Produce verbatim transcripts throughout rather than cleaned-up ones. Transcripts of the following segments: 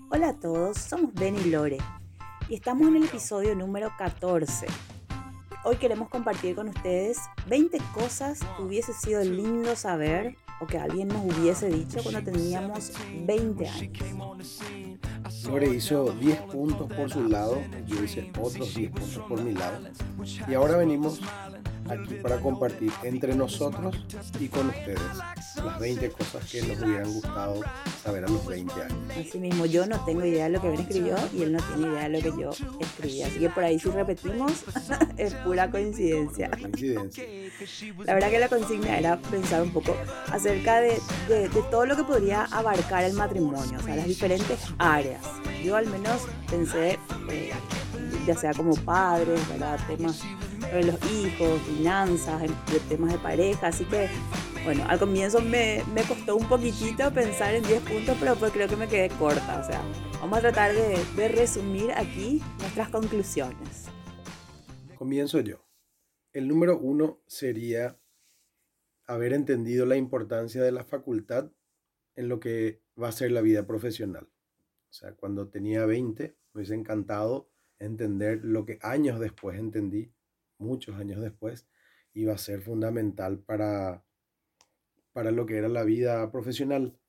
Hola a todos, somos Ben y Lore y estamos en el episodio número catorce. Hoy queremos compartir con ustedes veinte cosas que hubiese sido lindo saber o que alguien nos hubiese dicho cuando teníamos veinte años. Lore hizo diez puntos por su lado, yo hice otros diez puntos por mi lado. Y ahora venimos aquí para compartir entre nosotros y con ustedes las veinte cosas que nos hubieran gustado saber a los veinte años. Así mismo, yo no tengo idea de lo que Ben escribió y él no tiene idea de lo que yo escribí. Así que por ahí si repetimos es pura coincidencia. Coincidencia. La verdad que la consigna era pensar un poco acerca de, de, de todo lo que podría abarcar el matrimonio, o sea, las diferentes áreas. Yo al menos pensé, eh, ya sea como padres, ¿verdad? Temas de los hijos, finanzas, de temas de pareja, así que bueno, al comienzo me, me costó un poquitito pensar en diez puntos, pero pues creo que me quedé corta, o sea, vamos a tratar de, de resumir aquí nuestras conclusiones. Comienzo yo. El número uno sería haber entendido la importancia de la facultad en lo que va a ser la vida profesional. O sea, cuando tenía veinte, me hubiese encantado entender lo que años después entendí, muchos años después, iba a ser fundamental para, para lo que era la vida profesional.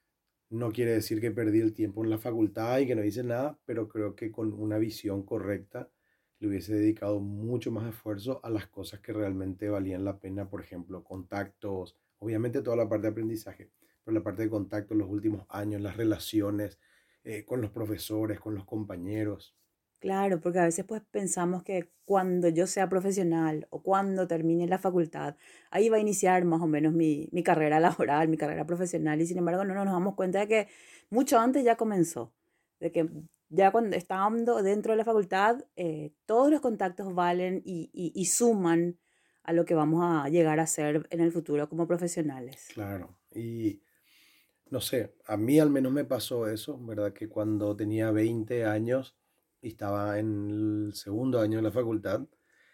No quiere decir que perdí el tiempo en la facultad y que no hice nada, pero creo que con una visión correcta le hubiese dedicado mucho más esfuerzo a las cosas que realmente valían la pena, por ejemplo, contactos, obviamente toda la parte de aprendizaje, pero la parte de contactos, los últimos años, las relaciones eh, con los profesores, con los compañeros. Claro, porque a veces pues pensamos que cuando yo sea profesional o cuando termine la facultad, ahí va a iniciar más o menos mi, mi carrera laboral, mi carrera profesional y sin embargo no nos damos cuenta de que mucho antes ya comenzó, de que ya cuando estando dentro de la facultad eh, todos los contactos valen y, y, y suman a lo que vamos a llegar a ser en el futuro como profesionales. Claro, y no sé, a mí al menos me pasó eso, ¿verdad? Que cuando tenía veinte años y estaba en el segundo año de la facultad,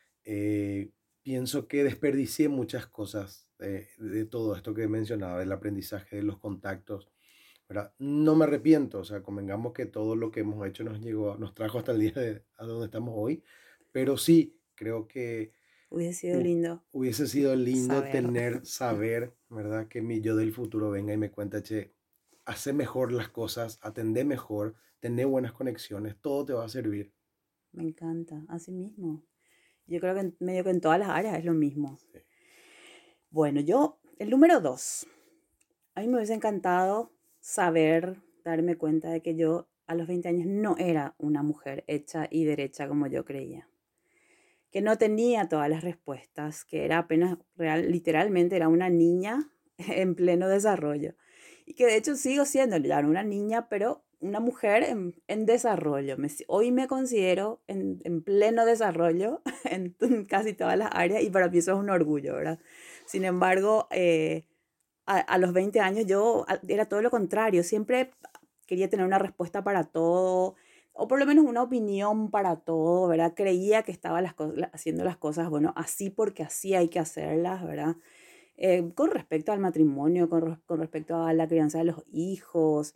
eh, pienso que desperdicié muchas cosas de, de todo esto que mencionaba, del aprendizaje, de los contactos, ¿verdad? No me arrepiento, o sea, convengamos que todo lo que hemos hecho nos llegó, nos trajo hasta el día de a donde estamos hoy, pero sí, creo que Hubiese sido hu- lindo hubiese sido lindo saber. tener, saber, ¿verdad? Que mi yo del futuro venga y me cuente, che, hace mejor las cosas, atender mejor, tener buenas conexiones, todo te va a servir. Me encanta, así mismo. Yo creo que en- medio que en todas las áreas es lo mismo. Sí. Bueno, yo, el número dos. A mí me hubiese encantado saber, darme cuenta de que yo a los veinte años no era una mujer hecha y derecha como yo creía. Que no tenía todas las respuestas, que era apenas, real, literalmente era una niña en pleno desarrollo. Y que de hecho sigo siendo ya no una niña, pero una mujer en, en desarrollo. Me, hoy me considero en, en pleno desarrollo en casi todas las áreas y para mí eso es un orgullo, ¿verdad? Sin embargo, eh, a, a los veinte años yo era todo lo contrario, siempre quería tener una respuesta para todo, o por lo menos una opinión para todo, ¿verdad? Creía que estaba las haciendo las cosas, bueno, así porque así hay que hacerlas, ¿verdad? Eh, con respecto al matrimonio, con, con, respecto a la crianza de los hijos.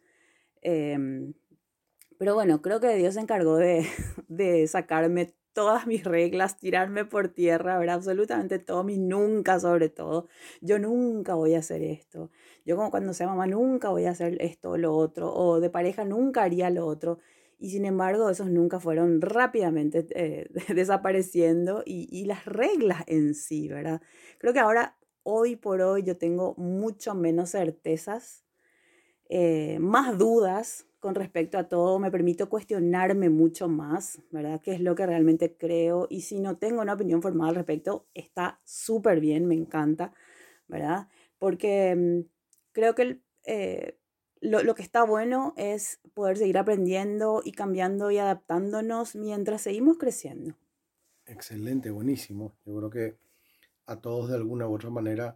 Eh, pero bueno, creo que Dios se encargó de, de sacarme todas mis reglas, tirarme por tierra, ¿verdad? Absolutamente todo, mi nunca sobre todo. Yo nunca voy a hacer esto. Yo como cuando sea mamá nunca voy a hacer esto o lo otro. O de pareja nunca haría lo otro. Y sin embargo, esos nunca fueron rápidamente eh, desapareciendo. Y, y las reglas en sí, ¿verdad? Creo que ahora, hoy por hoy, yo tengo mucho menos certezas, eh, más dudas con respecto a todo, me permito cuestionarme mucho más, ¿verdad? ¿Qué es lo que realmente creo? Y si no tengo una opinión formada al respecto, está súper bien, me encanta, ¿verdad? Porque mmm, creo que el, eh, lo, lo que está bueno es poder seguir aprendiendo y cambiando y adaptándonos mientras seguimos creciendo. Excelente, buenísimo. Yo creo que a todos de alguna u otra manera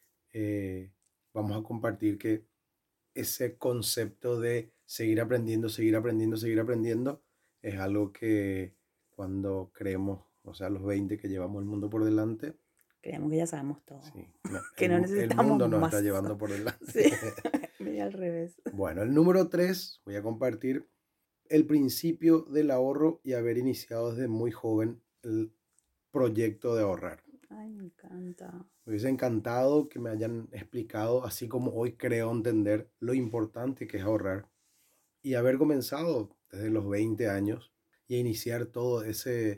eh, vamos a compartir que ese concepto de seguir aprendiendo, seguir aprendiendo, seguir aprendiendo es algo que cuando creemos, o sea, los veinte que llevamos el mundo por delante, Creemos que ya sabemos todo, sí, no, que no el, el necesitamos mundo nos está más. llevando por delante. Sí, medio al revés. Bueno, el número tres, voy a compartir, el principio del ahorro y haber iniciado desde muy joven el proyecto de ahorrar. Ay, me encanta. Me hubiese encantado que me hayan explicado, así como hoy creo entender, lo importante que es ahorrar y haber comenzado desde los veinte años y iniciar todo ese,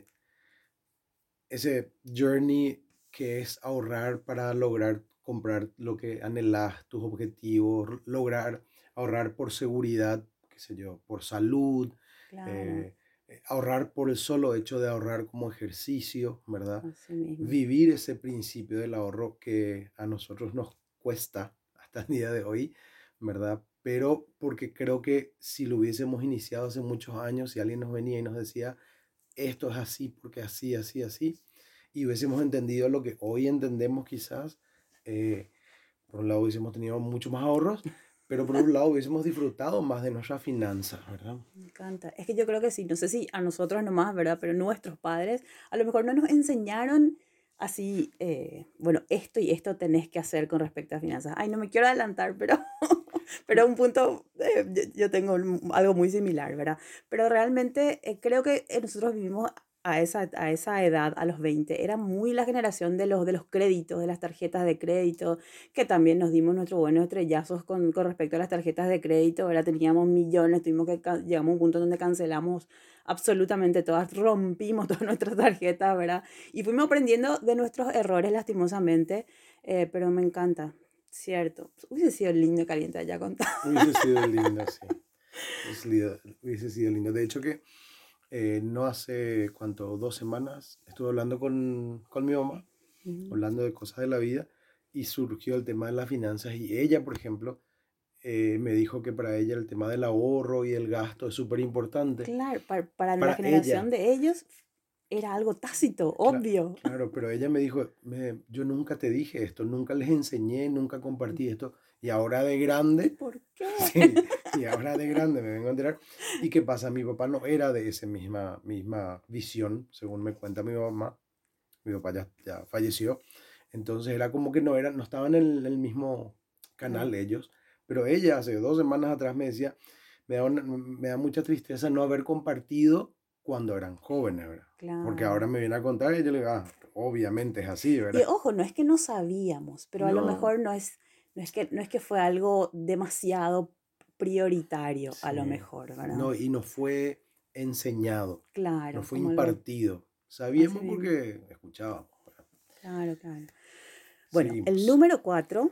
ese journey que es ahorrar para lograr comprar lo que anhelas, tus objetivos, lograr ahorrar por seguridad, qué sé yo, por salud, Claro, eh, eh, ahorrar por el solo hecho de ahorrar como ejercicio, ¿verdad? así mismo. Vivir ese principio del ahorro que a nosotros nos cuesta hasta el día de hoy, ¿verdad? Pero porque creo que si lo hubiésemos iniciado hace muchos años, si alguien nos venía y nos decía, esto es así, porque así, así, así, y hubiésemos entendido lo que hoy entendemos quizás, eh, por un lado hubiésemos tenido mucho más ahorros, pero por un lado hubiésemos disfrutado más de nuestras finanzas, ¿verdad? Me encanta. Es que yo creo que sí, no sé si a nosotros nomás, ¿verdad? Pero nuestros padres a lo mejor no nos enseñaron así, eh, bueno, esto y esto tenés que hacer con respecto a finanzas. Ay, no me quiero adelantar, pero, pero a un punto eh, yo, yo tengo un- algo muy similar, ¿verdad? Pero realmente eh, creo que eh, nosotros vivimos a esa, a esa edad, a los veinte era muy la generación de los, de los créditos, de las tarjetas de crédito, que también nos dimos nuestros buenos estrellazos con, con respecto a las tarjetas de crédito, ¿verdad? Teníamos millones, tuvimos que, ca- llegamos a un punto donde cancelamos absolutamente todas, rompimos todas nuestras tarjetas, ¿verdad? Y fuimos aprendiendo de nuestros errores, lastimosamente, eh, pero me encanta, cierto. Hubiese sido lindo caliente allá con todo. Hubiese sido lindo, sí. Hubiese sido, hubiese sido lindo. De hecho que eh, no hace, ¿cuánto? Dos semanas estuve hablando con, con mi mamá, Ujú. hablando de cosas de la vida, y surgió el tema de las finanzas. Y ella, por ejemplo, eh, me dijo que para ella el tema del ahorro y el gasto es súper importante. Claro, para, para la Para generación ella, de ellos era algo tácito, cla- obvio. claro, pero ella me dijo, "Me- yo nunca te dije esto, nunca les enseñé, nunca compartí esto, y ahora de ¿Y grande, por qué? sí, y ahora de grande me vengo a enterar. ¿Y qué pasa? Mi papá no era de esa misma, misma visión, según me cuenta mi mamá. Mi papá ya, ya falleció. Entonces era como que no, eran, no estaban en el, el mismo Claro, canal ellos. Pero ella hace dos semanas atrás me decía, me da, una- me da mucha tristeza no haber compartido cuando eran jóvenes, ¿verdad? Porque ahora claro. me viene a contar y yo le digo, ah, obviamente es así, Y ¿verdad? ojo, no es que no sabíamos, pero a lo No, mejor no es, no es que, no es que fue algo demasiado prioritario, a lo sí. mejor, ¿verdad? No, y no fue enseñado, no Claro, fue como algo impartido. así Sabíamos mismo. porque escuchábamos, ¿verdad? Claro, claro. Bueno, el Seguimos. número cuatro,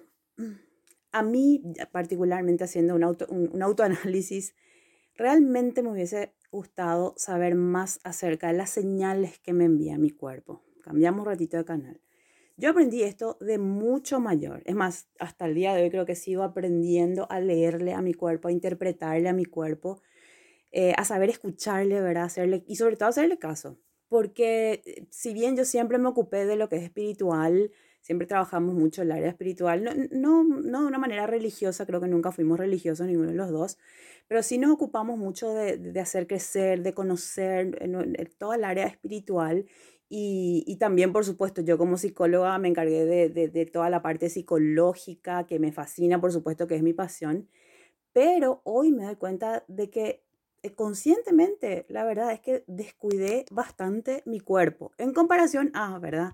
a mí ya particularmente haciendo un, auto, un, un autoanálisis, realmente me hubiese gustado saber más acerca de las señales que me envía mi cuerpo. Cambiamos un ratito de canal. Yo aprendí esto de mucho mayor. Es más, hasta el día de hoy creo que sigo aprendiendo a leerle a mi cuerpo, a interpretarle a mi cuerpo, eh, a saber escucharle, ¿verdad? Hacerle, y sobre todo hacerle caso. Porque eh, si bien yo siempre me ocupé de lo que es espiritual, siempre trabajamos mucho en el área espiritual, no, no, no de una manera religiosa, creo que nunca fuimos religiosos ninguno de los dos, pero sí nos ocupamos mucho de, de hacer crecer, de conocer en, en toda el área espiritual. Y, y, también, por supuesto, yo como psicóloga me encargué de, de, de toda la parte psicológica, que me fascina, por supuesto, que es mi pasión. Pero hoy me doy cuenta de que eh, conscientemente, la verdad es que descuidé bastante mi cuerpo en comparación a, ¿verdad?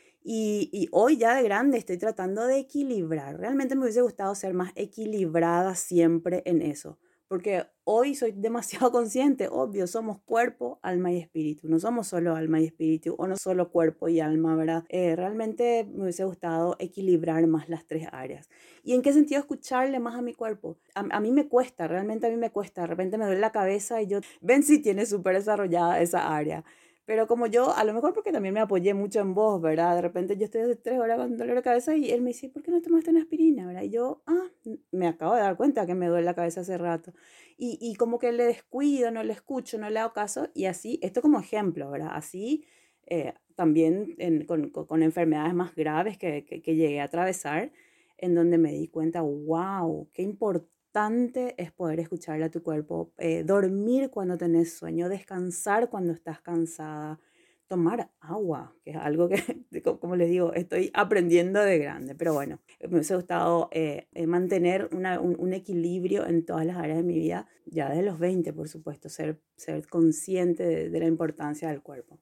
Y, y hoy ya de grande estoy tratando de equilibrar. Realmente me hubiese gustado ser más equilibrada siempre en eso. Porque hoy soy demasiado consciente, obvio, somos cuerpo, alma y espíritu. No somos solo alma y espíritu o no solo cuerpo y alma, ¿verdad? Eh, realmente me hubiese gustado equilibrar más las tres áreas. ¿Y en qué sentido escucharle más a mi cuerpo? A, a mí me cuesta, realmente a mí me cuesta. De repente me duele la cabeza y yo, ven si tiene súper desarrollada esa área. Pero como yo, a lo mejor porque también me apoyé mucho en vos, ¿verdad? De repente yo estoy hace tres horas con dolor de cabeza y él me dice, ¿por qué no tomaste una aspirina, verdad? Y yo, ah, me acabo de dar cuenta que me duele la cabeza hace rato. Y, y como que le descuido, no le escucho, no le hago caso. Y así, esto como ejemplo, ¿verdad? Así eh, también en- con, con- con enfermedades más graves que, que, que llegué a atravesar, en donde me di cuenta, wow, qué importante es poder escucharle a tu cuerpo, eh, dormir cuando tenés sueño, descansar cuando estás cansada, tomar agua, que es algo que, como les digo, estoy aprendiendo de grande. Pero bueno, me hubiese gustado eh, eh, mantener una, un, un equilibrio en todas las áreas de mi vida, ya desde los veinte, por supuesto, ser, ser consciente de, de la importancia del cuerpo.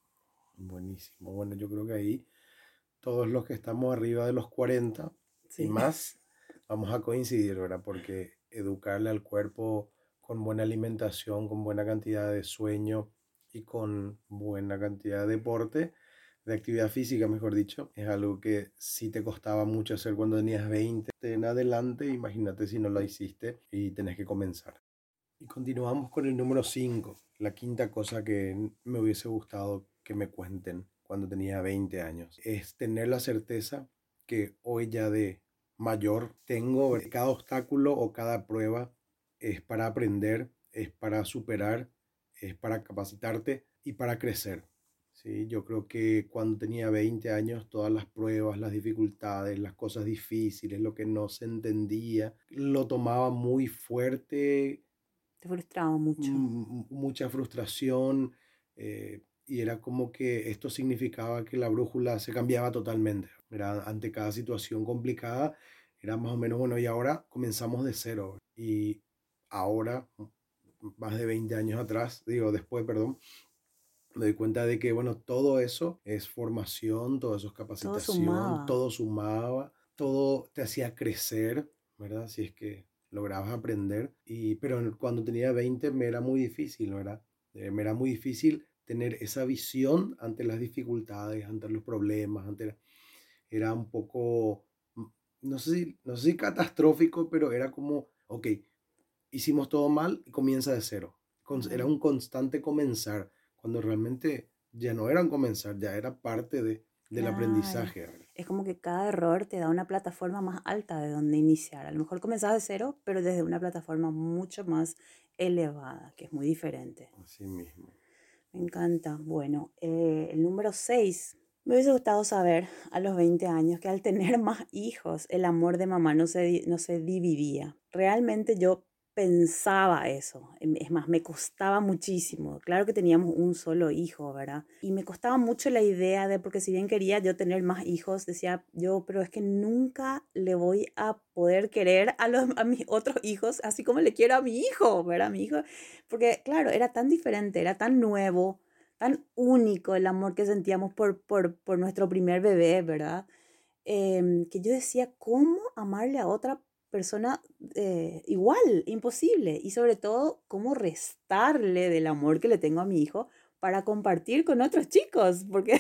Buenísimo. Bueno, yo creo que ahí todos los que estamos arriba de los cuarenta y Sí, más, vamos a coincidir, ¿verdad? Porque educarle al cuerpo con buena alimentación, con buena cantidad de sueño y con buena cantidad de deporte, de actividad física, mejor dicho, es algo que sí te costaba mucho hacer cuando tenías veinte en adelante. Imagínate si no lo hiciste y tenés que comenzar. Y continuamos con el número cinco, la quinta cosa que me hubiese gustado que me cuenten cuando tenía veinte años. Es tener la certeza que hoy ya de mayor tengo cada obstáculo o cada prueba es para aprender, es para superar, es para capacitarte y para crecer. Sí, yo creo que cuando tenía veinte años, todas las pruebas, las dificultades, las cosas difíciles, lo que no se entendía, lo tomaba muy fuerte, te frustraba mucho. m- mucha frustración, eh, y era como que esto significaba que la brújula se cambiaba totalmente. Era ante cada situación complicada, era más o menos, bueno, y ahora comenzamos de cero. Y ahora, m- más de veinte años atrás, digo, después, perdón, me doy cuenta de que, bueno, todo eso es formación, todo eso es Todo capacitación, sumaba. todo sumaba, todo te hacía crecer, ¿verdad? Si es que lograbas aprender. Y, pero en- cuando tenía veinte me era muy difícil, ¿verdad? Eh, me era muy difícil tener esa visión ante las dificultades, ante los problemas, ante, era un poco, mm, no sé si, no sé si catastrófico, pero era como, ok, hicimos todo mal y comienza de cero. Con- Era Claro. un constante comenzar, cuando realmente ya no era un comenzar, ya era parte de, del Claro. aprendizaje. ¿Verdad? Es como que cada error te da una plataforma más alta de donde iniciar. A lo mejor comenzás de cero, pero desde una plataforma mucho más elevada, que es muy diferente. Así mismo. Me encanta. Bueno, eh, el número seis. Me hubiese gustado saber a los veinte años que al tener más hijos, el amor de mamá no se, di- no se dividía. Realmente yo pensaba eso. Em, Es más, me costaba muchísimo. Claro que teníamos un solo hijo, ¿verdad? Y me costaba mucho la idea de, porque si bien quería yo tener más hijos, decía yo, pero es que nunca le voy a poder querer a, los, a mis otros hijos así como le quiero a mi hijo, ¿verdad? Mi hijo, porque claro, era tan diferente, era tan nuevo, tan único el amor que sentíamos por, por, por nuestro primer bebé, ¿verdad? Em, que yo decía, ¿cómo amarle a otra persona eh, igual? Imposible. Y sobre todo, ¿cómo restarle del amor que le tengo a mi hijo para compartir con otros chicos? Porque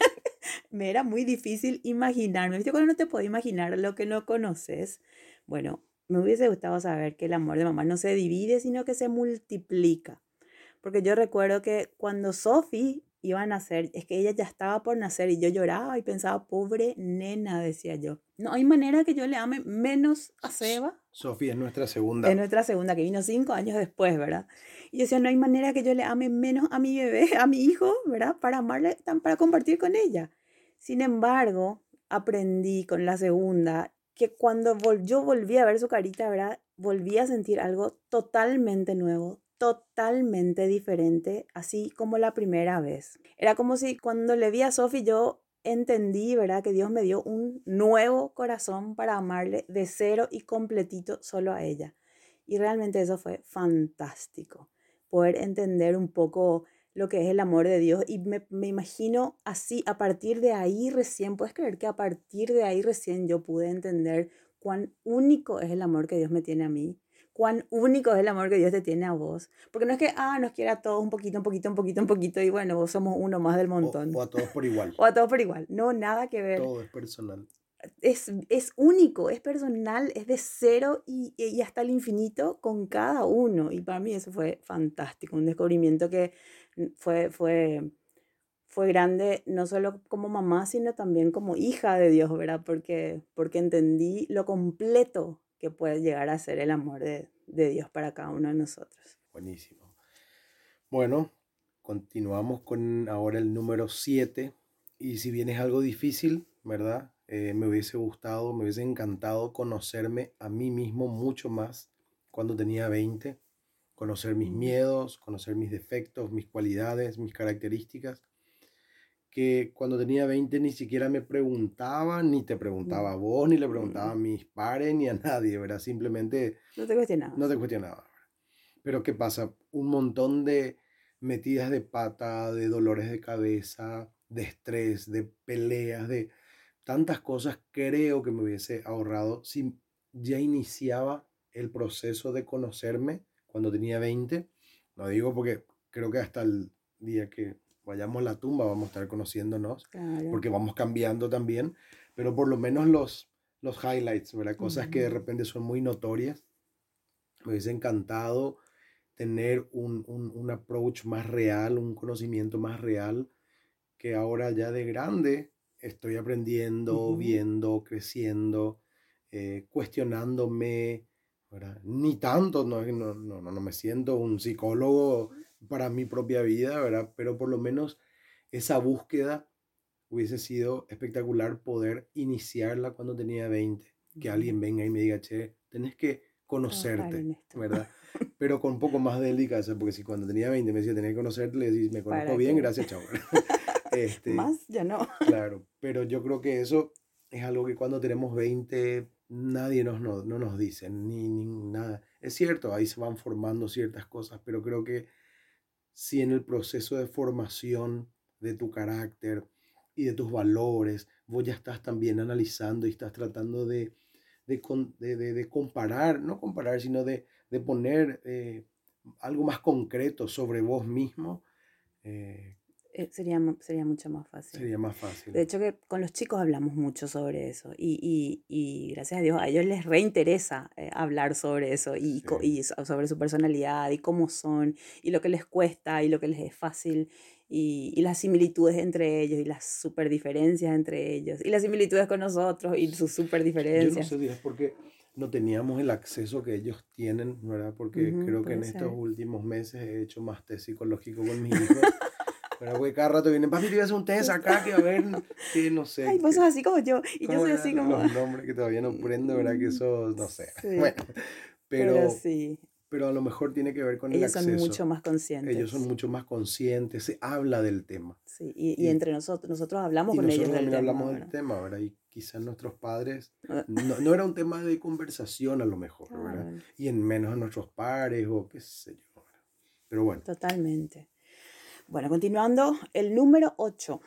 me era muy difícil imaginarme. ¿Viste? Cuando no te puedo imaginar lo que no conoces. Bueno, me hubiese gustado saber que el amor de mamá no se divide, sino que se multiplica. Porque yo recuerdo que cuando Sophie iba a nacer, es que ella ya estaba por nacer y yo lloraba y pensaba, pobre nena, decía yo. No hay manera que yo le ame menos a S- Seba. Sofía es nuestra Es segunda. nuestra segunda, que vino cinco años después, ¿verdad? Y yo decía, no hay manera que yo le ame menos a mi bebé, a mi hijo, ¿verdad? Para amarle, tan- para compartir con ella. Sin embargo, aprendí con la segunda que cuando vol- yo volví a ver su carita, ¿verdad? Volví a sentir algo totalmente nuevo, totalmente diferente, así como la primera vez. Era como si cuando le vi a Sophie yo entendí, ¿verdad? Que Dios me dio un nuevo corazón para amarle de cero y completito solo a ella. Y realmente eso fue fantástico, poder entender un poco lo que es el amor de Dios. Y me, me imagino así, a partir de ahí recién, puedes creer que a partir de ahí recién yo pude entender cuán único es el amor que Dios me tiene a mí, cuán único es el amor que Dios te tiene a vos. Porque no es que, ah, nos quiera a todos un poquito, un poquito, un poquito, un poquito, y bueno, vos somos uno más del O, o montón. a todos por igual. O a todos por igual. No, nada que ver. Todo es personal. Es, es único, es personal, es de cero y, y hasta el infinito con cada uno. Y para mí eso fue fantástico, un descubrimiento que fue, fue, fue grande, no solo como mamá, sino también como hija de Dios, ¿verdad? Porque, porque entendí lo completo que puede llegar a ser el amor de, de Dios para cada uno de nosotros. Buenísimo. Bueno, continuamos con ahora el número siete. Y si bien es algo difícil, ¿verdad? Eh, me hubiese gustado, me hubiese encantado conocerme a mí mismo mucho más cuando tenía veinte, conocer mis Mm, miedos, conocer mis defectos, mis cualidades, mis características. que cuando tenía veinte ni siquiera me preguntaba, ni te preguntaba a vos, ni le preguntaba a mis pares, ni a nadie, ¿verdad? Simplemente No te no cuestionabas. te cuestionaba. Pero ¿qué pasa? Un montón de metidas de pata, de dolores de cabeza, de estrés, de peleas, de tantas cosas creo que me hubiese ahorrado si ya iniciaba el proceso de conocerme cuando tenía veinte. No digo porque creo que hasta el día que vayamos a la tumba vamos a estar conociéndonos, Claro. porque vamos cambiando también, pero por lo menos los, los highlights, ¿verdad? Cosas que de Ujú. repente son muy notorias. Me hubiese encantado tener un, un, un approach más real, un conocimiento más real, que ahora ya de grande estoy aprendiendo, Ujú. viendo, creciendo, eh, cuestionándome, ¿verdad? Ni tanto, no, no, no, no me siento un psicólogo para mi propia vida, ¿verdad? Pero por lo menos esa búsqueda hubiese sido espectacular poder iniciarla cuando tenía veinte. Que Ujú. alguien venga y me diga, che, tenés que Trabajar conocerte, en esto. ¿verdad? Pero con un poco más de dedicación, porque si cuando tenía veinte me decía, tenés que conocerte, le decís, me conozco ¿Para bien, qué? gracias, chao. Este, Más ya no. claro, pero yo creo que eso es algo que cuando tenemos veinte nadie nos, no, no nos dice, ni, ni nada. Es cierto, ahí se van formando ciertas cosas, pero creo que si en el proceso de formación de tu carácter y de tus valores, vos ya estás también analizando y estás tratando de, de, de, de, de comparar, no comparar, sino de, de poner eh, algo más concreto sobre vos mismo, eh, Eh, sería, mu- sería mucho más fácil. sería más De fácil. hecho, que con los chicos hablamos mucho sobre eso y, y, y gracias a Dios a ellos les reinteresa eh, hablar sobre eso y, Sí. co- y so- sobre su personalidad y cómo son y lo que les cuesta y lo que les es fácil y, y las similitudes entre ellos y las super diferencias entre ellos y las similitudes con nosotros y sus super Yo no sé diferencias. si es porque no teníamos el acceso que ellos tienen, ¿verdad? Porque Ujú, creo que en puede estos ser. últimos meses he hecho más test psicológico con mis hijos. ¿Verdad? Porque cada rato vienen, papi, te voy a hacer un test acá, que a ver, que no Ay, sé, vos sos que, así como yo y yo cómo soy así eran como... los nombres que todavía no prendo, ¿verdad? Que Mm, eso, no sé. sí, Bueno, pero pero, sí, pero a lo mejor tiene que ver con el ellos son mucho acceso. más Ellos son conscientes. mucho más conscientes, se habla del tema. Sí, y, y Y, entre nosotros, nosotros hablamos y con ellos nosotros del también tema, hablamos del ¿verdad? tema, ¿verdad? Y quizás nuestros padres, Ah, no, no era un tema de conversación a lo mejor, ¿verdad? claro, Y en menos a nuestros pares o qué sé yo, ¿verdad? Pero bueno, totalmente. Bueno, continuando, el número ocho.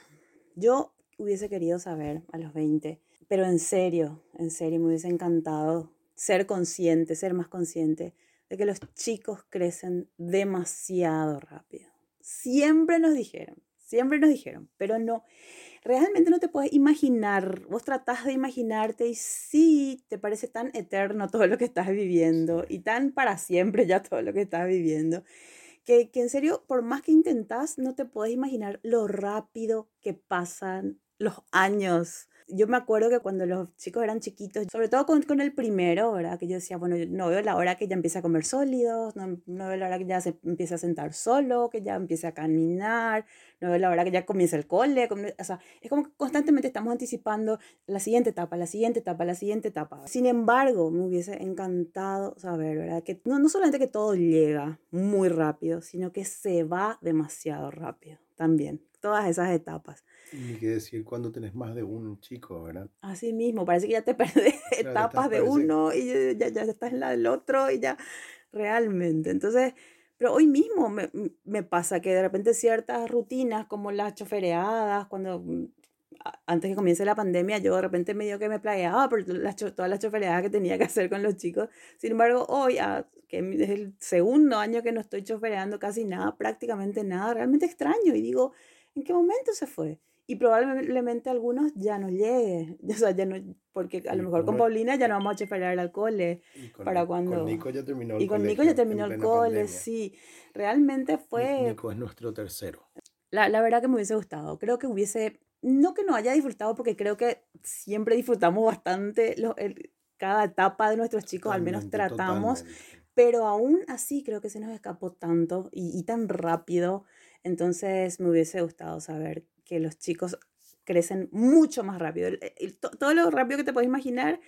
Yo hubiese querido saber a los veinte, pero en serio, en serio, me hubiese encantado ser consciente, ser más consciente de que los chicos crecen demasiado rápido. Siempre nos dijeron, siempre nos dijeron, pero no, realmente no te puedes imaginar, vos tratás de imaginarte y sí, te parece tan eterno todo lo que estás sí. viviendo y tan para siempre ya todo lo que estás viviendo, que, que en serio, por más que intentás, no te puedes imaginar lo rápido que pasan los años. Yo me acuerdo que cuando los chicos eran chiquitos, sobre todo con, con el primero, ¿verdad? Que yo decía, bueno, yo no veo la hora que ya empiece a comer sólidos, no, no veo la hora que ya se empiece a sentar solo, que ya empiece a caminar, no veo la hora que ya comience el cole. come- O sea, es como que constantemente estamos anticipando la siguiente etapa, la siguiente etapa, la siguiente etapa. Sin embargo, me hubiese encantado saber, ¿verdad? Que no, no solamente que todo llega muy rápido, sino que se va demasiado rápido también. Todas esas etapas. Y ni qué decir cuando tenés más de un chico, ¿verdad? Así mismo, parece que ya te perdés Claro, te estás, etapas de parece, uno y ya, ya, ya estás en la del otro y ya realmente. Entonces, pero hoy mismo me, me pasa que de repente ciertas rutinas como las chofereadas, cuando mm, a- antes que comience la pandemia, yo de repente medio que me plagueaba por las, cho- todas las chofereadas que tenía que hacer con los chicos. Sin embargo, hoy, ah, que es el segundo año que no estoy chofereando casi nada, prácticamente nada, realmente extraño y digo, ¿en qué momento se fue? Y probablemente algunos ya no lleguen, o sea, ya no, porque a lo y mejor con uno, Paulina ya no vamos a choferar al cole, y para con, con cuando... Nico ya terminó Y el con Nico ya colegio en terminó el plena cole, pandemia. sí, realmente Ni- fue, Nico es nuestro tercero. la, la verdad que me hubiese gustado, creo que hubiese, no que no haya disfrutado, porque creo que siempre disfrutamos bastante lo- el- cada etapa de nuestros chicos, al menos Totalmente, tratamos, totalmente. pero aún así creo que se nos escapó tanto y, y tan rápido, entonces me hubiese gustado saber que los chicos crecen mucho más rápido. El- el- to- todo lo rápido que te puedes imaginar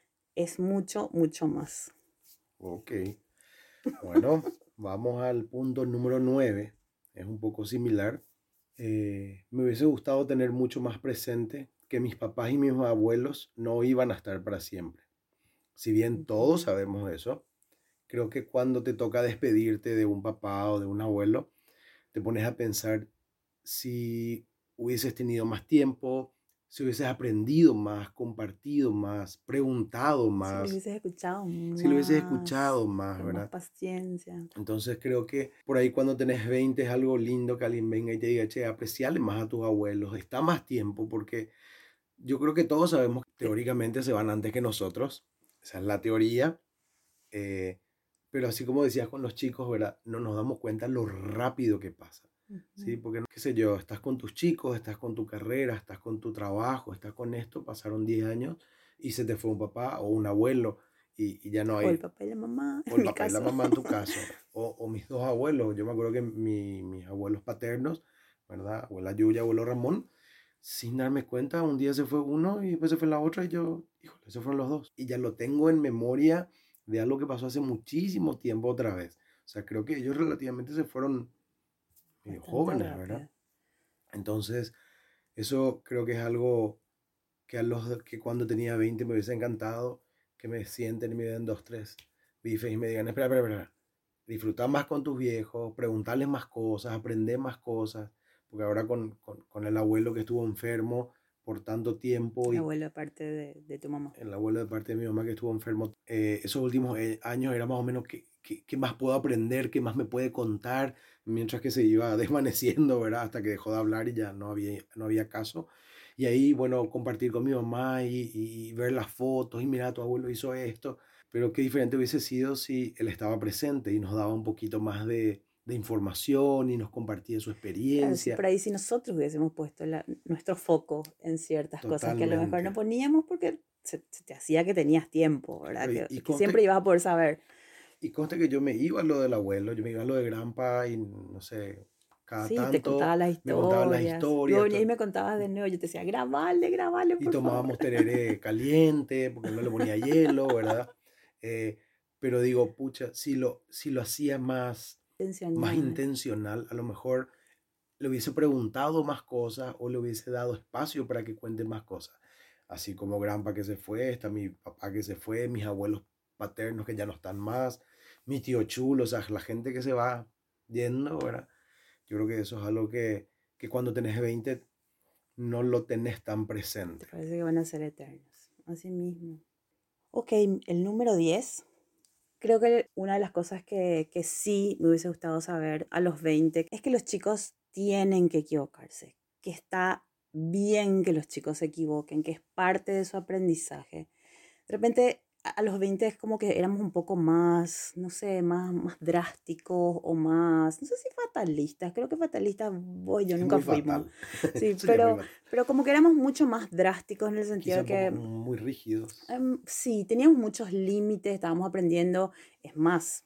es mucho, mucho más. Ok, bueno, vamos al punto número nueve. Es un poco similar. Eh, me hubiese gustado tener mucho más presente que mis papás y mis abuelos no iban a estar para siempre. Si bien todos Ujú. sabemos eso, creo que cuando te toca despedirte de un papá o de un abuelo, te pones a pensar si hubieses tenido más tiempo, si hubieses aprendido más, compartido más, preguntado Si lo más, hubieses escuchado si lo hubieses más, escuchado más, con más ¿verdad? paciencia. Entonces creo que por ahí cuando tenés veinte es algo lindo que alguien venga y te diga, che, apreciale más a tus abuelos, está más tiempo, porque yo creo que todos sabemos que Sí. teóricamente se van antes que nosotros, esa es la teoría, eh, pero así como decías con los chicos, ¿verdad? No nos damos cuenta lo rápido que pasa, ¿sí? Ujú. Porque, qué sé yo, estás con tus chicos, estás con tu carrera, estás con tu trabajo, estás con esto, pasaron diez años y se te fue un papá o un abuelo y, y ya no O el hay, papá y la mamá, o en el mi papá y la caso. mamá en tu caso, o, o mis dos abuelos, yo me acuerdo que mi- mis abuelos paternos, ¿verdad? Abuela Yuya, abuelo Ramón, sin darme cuenta, un día se fue uno y después se fue la otra y yo, híjole, se fueron los dos. Y ya lo tengo en memoria de algo que pasó hace muchísimo tiempo otra vez. O sea, creo que ellos relativamente se fueron medio Bastante jóvenes, ¿verdad? rápido. Entonces, eso creo que es algo que, a los, que cuando tenía veinte me hubiese encantado que me sienten y me den dos, tres bifes y me digan, espera, espera, espera, disfrutar más con tus viejos, preguntarles más cosas, aprender más cosas, porque ahora con, con, con el abuelo que estuvo enfermo por tanto tiempo El y abuelo aparte de, de tu mamá. el abuelo de parte de mi mamá que estuvo enfermo, eh, esos últimos eh, años era más o menos qué, qué, qué más puedo aprender, qué más me puede contar, mientras que se iba desvaneciendo, ¿verdad? Hasta que dejó de hablar y ya no había, no había caso. Y ahí, bueno, compartir con mi mamá y, y ver las fotos y mira, tu abuelo hizo esto, pero qué diferente hubiese sido si él estaba presente y nos daba un poquito más de, de información y nos compartía su Claro, sí, experiencia. por ahí si nosotros hubiésemos puesto la- nuestro foco en ciertas cosas que a lo mejor no Totalmente. poníamos porque se, se te hacía que tenías tiempo, ¿verdad? Claro, y, Que, y que siempre conste ibas a poder saber. Y conste que yo me iba a lo del abuelo, yo me iba a lo de Grampa y no sé, cada Sí, te tanto contaba las me contaban las historias. Y vos historias venías y to- me contabas de nuevo. Yo te decía, grabale, grabale, y por favor. tomábamos tereré caliente porque no le ponía hielo, ¿verdad? Eh, pero digo, pucha, si lo, si lo hacía más, más Intencional. intencional, a lo mejor le hubiese preguntado más cosas o le hubiese dado espacio para que cuente más cosas. Así como Grampa que se fue, está mi papá que se fue, mis abuelos paternos que ya no están más, mi tío Chulo, o sea, la gente que se va yendo, ¿verdad? Yo creo que eso es algo que, que cuando tenés veinte no lo tenés tan Te presente. parece que van a ser eternos. Así mismo. Ok, el número diez. Creo que una de las cosas que, que sí me hubiese gustado saber a los veinte es que los chicos tienen que equivocarse, que está bien que los chicos se equivoquen, que es parte de su aprendizaje. De repente a a los veinte es como que éramos un poco más, no sé, más, más drásticos o más, no sé si fatalistas, creo que fatalistas voy, yo Es nunca muy fuimos, fatal. sí, Eso ya es muy pero, fatal. pero como que éramos mucho más drásticos en el sentido Quizá de un poco que muy rígidos. Em, sí, teníamos muchos límites, estábamos aprendiendo. Es más,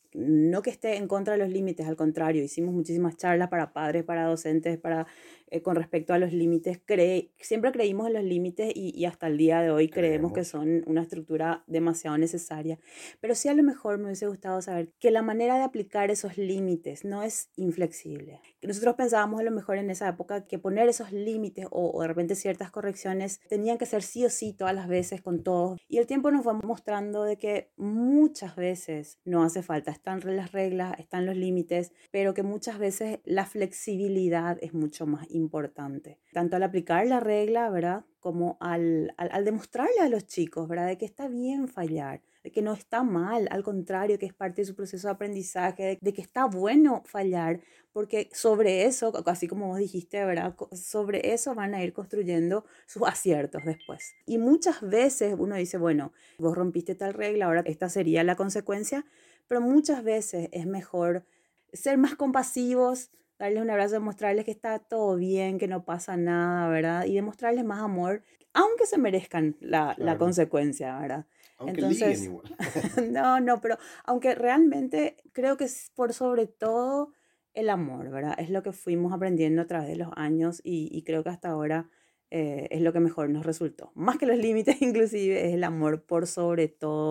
no que esté en contra de los límites, al contrario, hicimos muchísimas charlas para padres, para docentes, para, eh, con respecto a los límites. Cre- siempre creímos en los límites y, y hasta el día de hoy creemos que Creemos. son una estructura demasiado necesaria. Pero sí a lo mejor me hubiese gustado saber que la manera de aplicar esos límites no es inflexible. Que nosotros pensábamos a lo mejor en esa época que poner esos límites o, o de repente ciertas correcciones tenían que ser sí o sí todas las veces con todos. Y el tiempo nos va mostrando de que muchas veces no hace falta. Están las reglas, están los límites, pero que muchas veces la flexibilidad es mucho más importante. Tanto al aplicar la regla, ¿verdad? Como al, al, al demostrarle a los chicos, ¿verdad? De que está bien fallar, de que no está mal, al contrario, que es parte de su proceso de aprendizaje, de, de que está bueno fallar, porque sobre eso, así como vos dijiste, ¿verdad? Sobre eso van a ir construyendo sus aciertos después. Y muchas veces uno dice, bueno, vos rompiste tal regla, ahora esta sería la consecuencia, pero muchas veces es mejor ser más compasivos, darles un abrazo, demostrarles que está todo bien, que no pasa nada, ¿verdad? Y demostrarles más amor, aunque se merezcan la, la Claro. consecuencia, ¿verdad? Aunque liguen Entonces, igual. no, no, pero aunque realmente creo que es por sobre todo el amor, ¿verdad? Es lo que fuimos aprendiendo a través de los años y, y creo que hasta ahora eh, es lo que mejor nos resultó. Más que los límites, inclusive, es el amor por sobre todo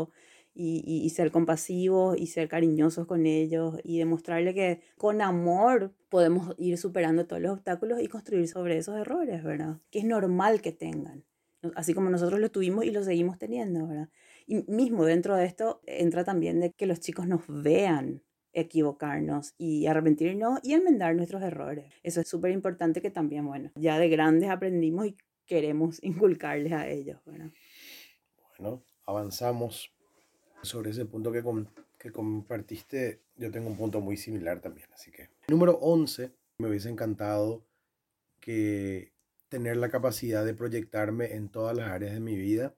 y, y, y ser compasivos y ser cariñosos con ellos y demostrarle que con amor podemos ir superando todos los obstáculos y construir sobre esos errores, ¿verdad? Que es normal que tengan, así como nosotros lo tuvimos y lo seguimos teniendo, ¿verdad? Y mismo dentro de esto entra también de que los chicos nos vean equivocarnos y arrepentirnos y enmendar nuestros errores. Eso es súper importante que también, bueno, ya de grandes aprendimos y queremos inculcarles a ellos, ¿verdad? Bueno, avanzamos sobre ese punto que, com que compartiste. Yo tengo un punto muy similar también, así que. Número once, me hubiese encantado que tener la capacidad de proyectarme en todas las áreas de mi vida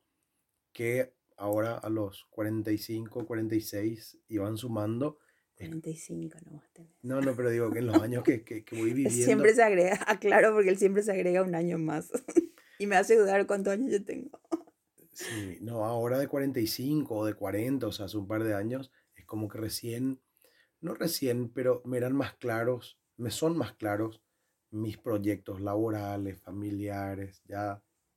que ahora a los cuarenta y cinco, cuarenta y seis iban sumando. cuarenta y cinco nomás tenés. No, no, pero digo que en los años que, que, que voy viviendo... Siempre se agrega, aclaro, porque él siempre se agrega un año más. Y me hace dudar cuántos años yo tengo. Sí, no, ahora de cuarenta y cinco o de cuarenta, o sea, hace un par de años, es como que recién, no recién, pero me eran más claros, me son más claros mis proyectos laborales, familiares, ya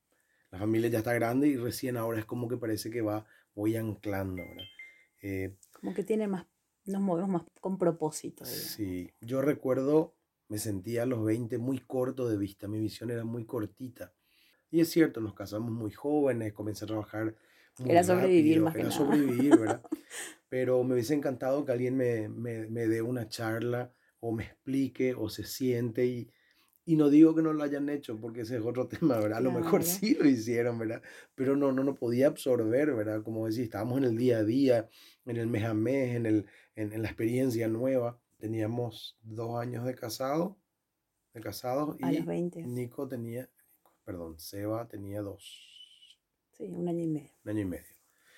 la familia ya está grande y recién ahora es como que parece que va, voy anclando, ¿verdad? Eh, Como que tiene más, nos movemos más con propósito, digamos. sí, yo recuerdo, me sentía a los veinte muy corto de vista, mi visión era muy cortita. Y es cierto, nos casamos muy jóvenes, comencé a trabajar muy Era sobrevivir rápido, más que era nada. sobrevivir, ¿verdad? Pero me hubiese encantado que alguien me, me, me dé una charla o me explique o se siente y, y no digo que no lo hayan hecho porque ese es otro tema, ¿verdad? A lo mejor Claro. sí lo hicieron, ¿verdad? Pero no, no, no podía absorber, ¿verdad? Como decía, estábamos en el día a día, en el mes a mes, en, el, en, en la experiencia nueva. Teníamos dos años de casado, de casados A los y veinte. Nico tenía, perdón, Seba tenía dos, Sí, un año y medio. un año y medio.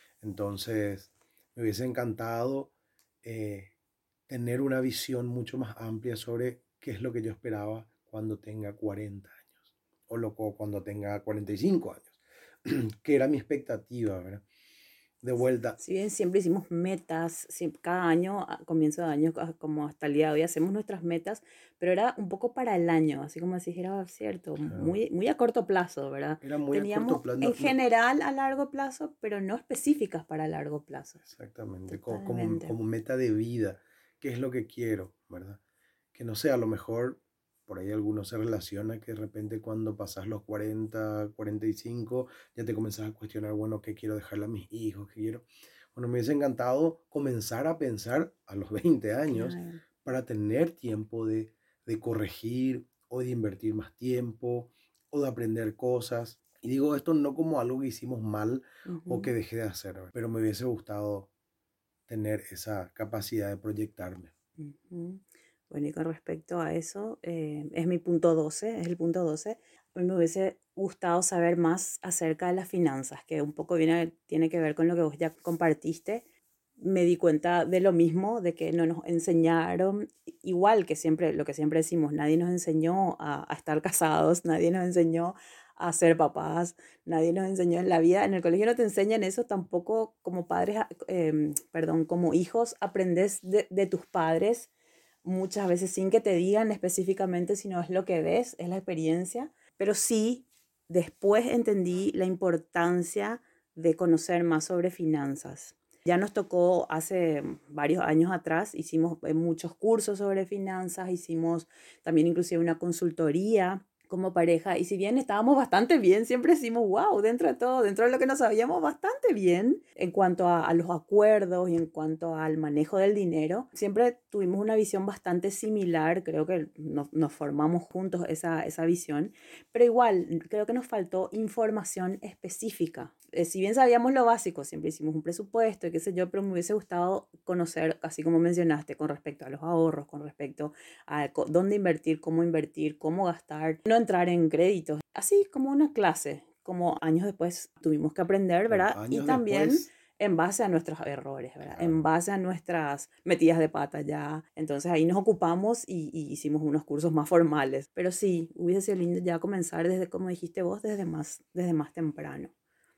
Entonces, me hubiese encantado eh, tener una visión mucho más amplia sobre qué es lo que yo esperaba cuando tenga cuarenta años o lo, cuando tenga cuarenta y cinco años, que era mi expectativa, ¿verdad? De vuelta. Si bien siempre hicimos metas, siempre, cada año, a comienzo de año, como hasta el día de hoy, hacemos nuestras metas, pero era un poco para el año, así como decís, era cierto, Uh, muy, muy a corto plazo, ¿verdad? era muy a corto Teníamos plazo. en No, no, general a largo plazo, pero no específicas para largo plazo. exactamente, como, como, Totalmente. como meta de vida, qué es lo que quiero, ¿verdad? Que no sé, a lo mejor por ahí algunos se relaciona que de repente cuando pasas los cuarenta, cuarenta y cinco, ya te comenzás a cuestionar, bueno, ¿qué quiero dejarle a mis hijos? ¿Qué quiero? Bueno, me hubiese encantado comenzar a pensar a los veinte años Claro. para tener tiempo de, de corregir o de invertir más tiempo o de aprender cosas. Y digo esto no como algo que hicimos mal o que Ujú. dejé de hacer, pero me hubiese gustado tener esa capacidad de proyectarme. Ujú. Bueno, y con respecto a eso, eh, es mi punto doce, es el punto doce. A mí me hubiese gustado saber más acerca de las finanzas, que un poco viene, tiene que ver con lo que vos ya compartiste. Me di cuenta de lo mismo, de que no nos enseñaron, igual que siempre, lo que siempre decimos, nadie nos enseñó a, a estar casados, nadie nos enseñó a ser papás, nadie nos enseñó en la vida, en el colegio no te enseñan eso, tampoco como padres, eh, perdón, como hijos aprendes de, de tus padres muchas veces sin que te digan específicamente, sino es lo que ves, es la experiencia, pero sí, después entendí la importancia de conocer más sobre finanzas. Ya nos tocó hace varios años atrás, hicimos muchos cursos sobre finanzas, hicimos también inclusive una consultoría como pareja, y si bien estábamos bastante bien, siempre decimos, wow, dentro de todo, dentro de lo que no sabíamos, bastante bien en cuanto a, a los acuerdos y en cuanto al manejo del dinero. Siempre tuvimos una visión bastante similar, creo que nos, nos formamos juntos esa, esa visión, pero igual creo que nos faltó información específica. Eh, si bien sabíamos lo básico, siempre hicimos un presupuesto y qué sé yo, pero me hubiese gustado conocer, así como mencionaste, con respecto a los ahorros, con respecto a dónde invertir, cómo invertir, cómo gastar, no entrar en créditos, así como una clase, como años después tuvimos que aprender, Claro, ¿verdad? Y años también después, en base a nuestros errores, ¿verdad? En claro. base a nuestras metidas de pata ya. Entonces ahí nos ocupamos y, y hicimos unos cursos más formales. Pero sí, hubiese sido lindo ya comenzar desde, como dijiste vos, desde más, desde más temprano.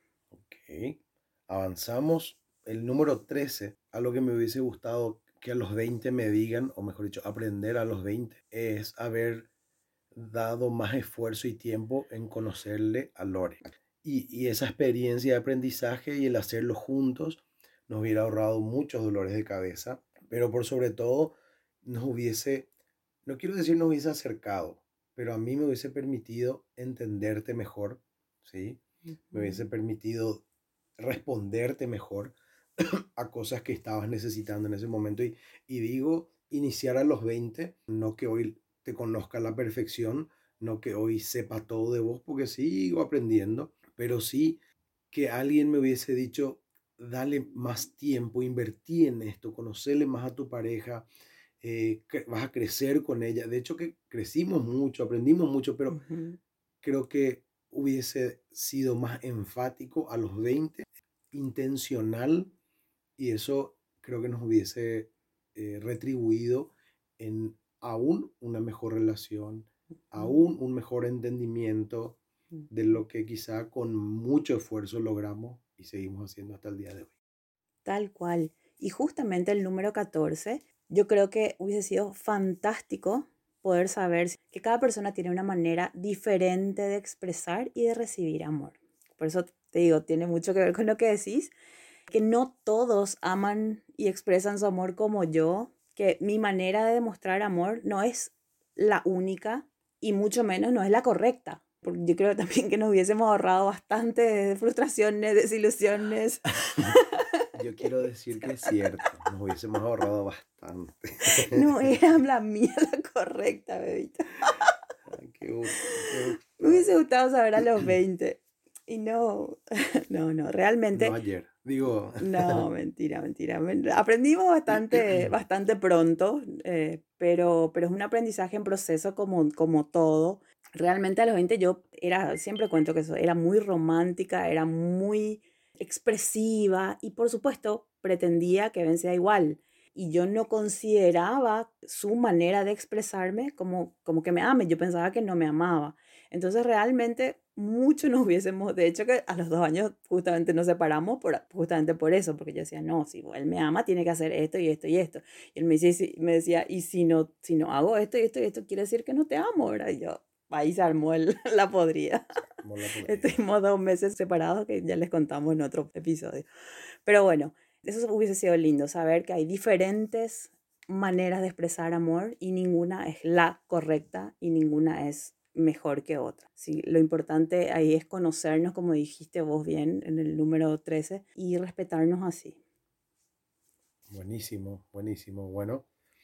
Ok, avanzamos. El número trece, algo que me hubiese gustado que a los veinte me digan, o mejor dicho, aprender a los veinte, es haber dado más esfuerzo y tiempo en conocerle a Lore. Y, y esa experiencia de aprendizaje y el hacerlo juntos nos hubiera ahorrado muchos dolores de cabeza, pero por sobre todo nos hubiese, no quiero decir nos hubiese acercado, pero a mí me hubiese permitido entenderte mejor, ¿sí? Me hubiese Ujú. permitido responderte mejor a cosas que estabas necesitando en ese momento. Y, y digo, iniciar a los veinte, no que hoy te conozca a la perfección, no que hoy sepa todo de vos, porque sigo aprendiendo, pero sí que alguien me hubiese dicho, dale más tiempo, invertí en esto, conocerle más a tu pareja, eh, que vas a crecer con ella. De hecho que crecimos mucho, aprendimos mucho, pero Ujú. creo que hubiese sido más enfático a los veinte, intencional, y eso creo que nos hubiese eh, retribuido en aún una mejor relación, Ujú. aún un mejor entendimiento de Ujú. lo que quizá con mucho esfuerzo logramos y seguimos haciendo hasta el día de hoy. Tal cual. Y justamente el número catorce, yo creo que hubiese sido fantástico poder saber que cada persona tiene una manera diferente de expresar y de recibir amor. Por eso te digo, tiene mucho que ver con lo que decís, que no todos aman y expresan su amor como yo, que mi manera de demostrar amor no es la única y mucho menos no es la correcta. Porque yo creo también que nos hubiésemos ahorrado bastante frustraciones, desilusiones. Yo quiero decir que es cierto, nos hubiésemos ahorrado bastante. No era la mía la correcta, bebita. Ay, qué gusto, qué Me gusto. hubiese gustado saber a los veinte. Y no, no, no, No realmente, ayer, digo. no, mentira, mentira. Men- Aprendimos bastante, bastante pronto, eh, pero, pero es un aprendizaje en proceso como, como todo. Realmente a los veinte yo era, siempre cuento que eso, era muy romántica, era muy expresiva y por supuesto pretendía que Ben sea igual. Y yo no consideraba su manera de expresarme como, como que me ame, yo pensaba que no me amaba. Entonces realmente mucho nos hubiésemos, de hecho que a los dos años justamente nos separamos por, justamente por eso, porque yo decía, no, si él me ama, tiene que hacer esto y esto y esto. Y él me decía, y si- me decía, y si no, si no hago esto y esto y esto, quiere decir que no te amo, ¿verdad? Y yo, ahí se armó el, la podrida. Se armó la podrida. Estuvimos dos meses separados que ya les contamos en otro episodio. Pero bueno, eso hubiese sido lindo, saber que hay diferentes maneras de expresar amor y ninguna es la correcta y ninguna es mejor que otra. Sí, lo importante ahí es conocernos, como dijiste vos bien en el número trece, y respetarnos así. Buenísimo, buenísimo. Bueno,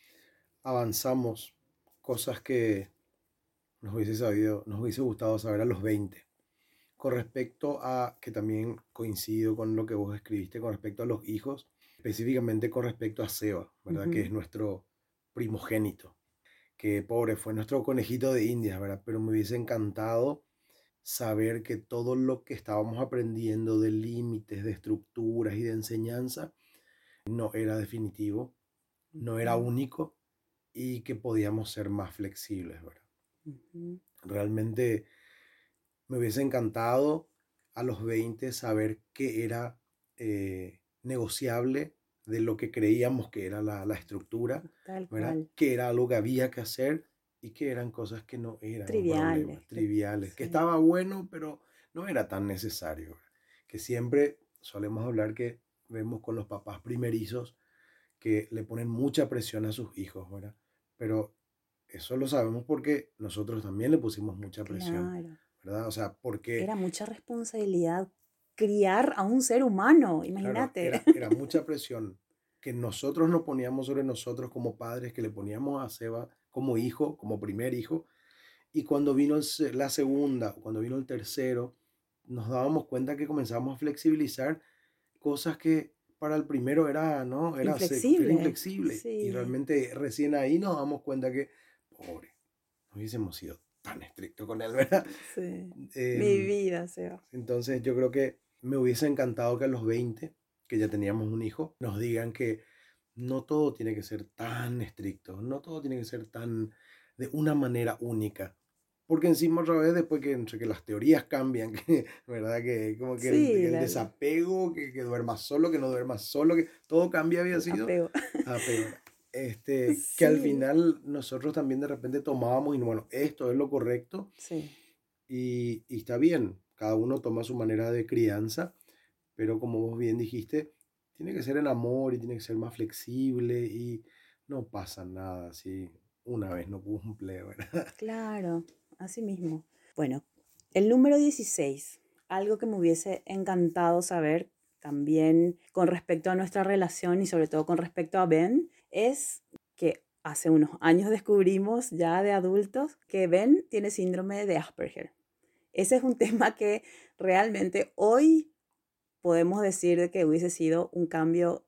avanzamos. Cosas que nos hubiese sabido, nos hubiese gustado saber a los veinte. Con respecto a, que también coincido con lo que vos escribiste, con respecto a los hijos, específicamente con respecto a Seba, ¿verdad? Que Ujú. es nuestro primogénito, que pobre, fue nuestro conejito de Indias, ¿verdad? Pero me hubiese encantado saber que todo lo que estábamos aprendiendo de límites, de estructuras y de enseñanza no era definitivo, no era Ujú. único y que podíamos ser más flexibles, ¿verdad? Ujú. Realmente me hubiese encantado a los veinte saber qué era eh, negociable de lo que creíamos que era la, la estructura, Tal ¿verdad? cual. Qué era algo que había que hacer y qué eran cosas que no eran un problema, Triviales. que- triviales, que Sí. estaba bueno, pero no era tan necesario, ¿verdad? Que siempre solemos hablar que vemos con los papás primerizos que le ponen mucha presión a sus hijos, ¿verdad? Pero eso lo sabemos porque nosotros también le pusimos mucha presión, Claro. ¿verdad? O sea, porque, Era mucha responsabilidad criar a un ser humano, claro, imagínate. era, era mucha presión que nosotros nos poníamos sobre nosotros como padres, que le poníamos a Seba como hijo, como primer hijo, y cuando vino el se- la segunda, cuando vino el tercero, nos dábamos cuenta que comenzamos a flexibilizar cosas que para el primero era, ¿no? Era seco, era Inflexible, inflexible, y sí, realmente recién ahí nos damos cuenta que, pobre, no hubiésemos sido tan estrictos con él, ¿verdad? sí. Mi Em, vida, Seba. entonces yo creo que me hubiese encantado que a los veinte, que ya teníamos un hijo, nos digan que no todo tiene que ser tan estricto, no todo tiene que ser tan de una manera única. Porque encima otra vez después que, entre que las teorías cambian, que, ¿verdad? Que como que el, Sí, el la, la- desapego, que, que duermas solo, que no duermas solo, que todo cambia había el sido apego. apego, ¿verdad? Este, que al Sí, final nosotros también de repente tomábamos y bueno, esto es lo correcto sí, y, y está bien, cada uno toma su manera de crianza, pero como vos bien dijiste, tiene que ser en amor y tiene que ser más flexible y no pasa nada si una vez no cumple, ¿verdad? Claro, así mismo. Bueno, el número dieciséis, algo que me hubiese encantado saber también con respecto a nuestra relación y sobre todo con respecto a Ben, es que hace unos años descubrimos ya de adultos que Ben tiene síndrome de Asperger. Ese es un tema que realmente hoy podemos decir de que hubiese sido un cambio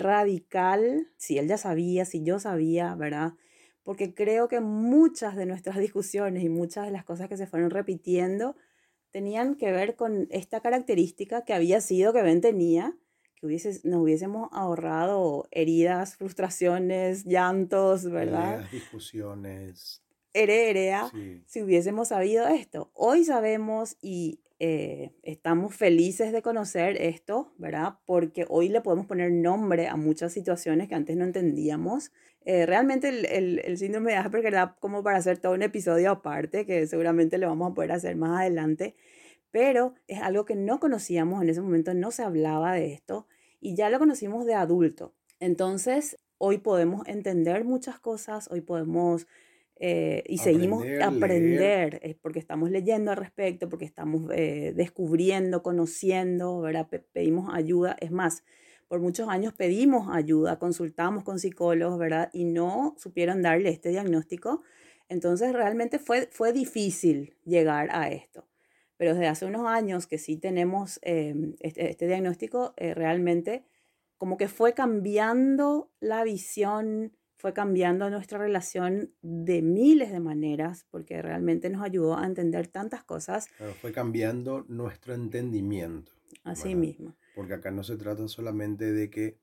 radical, si él ya sabía, si yo sabía, ¿verdad? Porque creo que muchas de nuestras discusiones y muchas de las cosas que se fueron repitiendo tenían que ver con esta característica que había sido que Ben tenía, que hubiese, nos hubiésemos ahorrado heridas, frustraciones, llantos, ¿verdad? Peleas, discusiones, Heredera, sí. si hubiésemos sabido esto. Hoy sabemos y eh, estamos felices de conocer esto, ¿verdad? Porque hoy le podemos poner nombre a muchas situaciones que antes no entendíamos. Eh, realmente el, el, el síndrome de Asperger da como para hacer todo un episodio aparte, que seguramente lo vamos a poder hacer más adelante, pero es algo que no conocíamos en ese momento, no se hablaba de esto y ya lo conocimos de adulto. Entonces, hoy podemos entender muchas cosas, hoy podemos eh, y seguimos Aprender, leer, aprender, eh, porque estamos leyendo al respecto, porque estamos eh, descubriendo, conociendo, ¿verdad? Pe- pedimos ayuda. Es más, por muchos años pedimos ayuda, consultamos con psicólogos, ¿verdad? Y no supieron darle este diagnóstico. Entonces, realmente fue, fue difícil llegar a esto. Pero desde hace unos años que sí tenemos eh, este, este diagnóstico, eh, realmente como que fue cambiando la visión, fue cambiando nuestra relación de miles de maneras, porque realmente nos ayudó a entender tantas cosas. claro, fue cambiando nuestro entendimiento, Así ¿verdad? mismo. Porque acá no se trata solamente de que,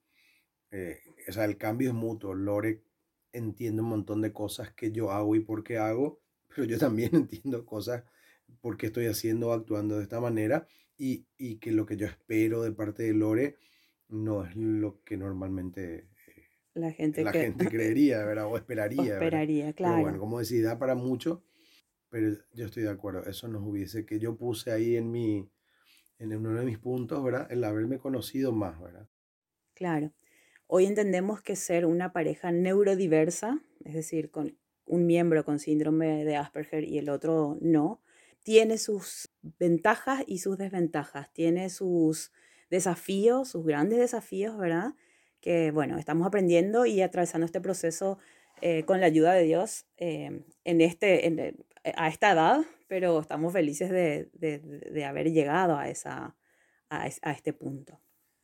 eh, o sea, el cambio es mutuo. Lore entiende un montón de cosas que yo hago y por qué hago, pero yo también entiendo cosas por qué estoy haciendo o actuando de esta manera y, y que lo que yo espero de parte de Lore no es lo que normalmente La eh, gente la que gente creería, ¿verdad? O o esperaría, ¿verdad? esperaría, Pero bueno, claro, como decía, da para mucho, pero yo estoy de acuerdo. Eso nos hubiese, que yo puse ahí en mi, en uno de mis puntos, ¿verdad? El haberme conocido más, ¿verdad? claro. Hoy entendemos que ser una pareja neurodiversa, es decir, con un miembro con síndrome de Asperger y el otro no, tiene sus ventajas y sus desventajas, tiene sus desafíos, sus grandes desafíos, ¿verdad? Que bueno, estamos aprendiendo y atravesando este proceso eh, con la ayuda de Dios eh, en este, en, eh, a esta edad, pero estamos felices de, de, de haber llegado a, esa, a, es- a este punto.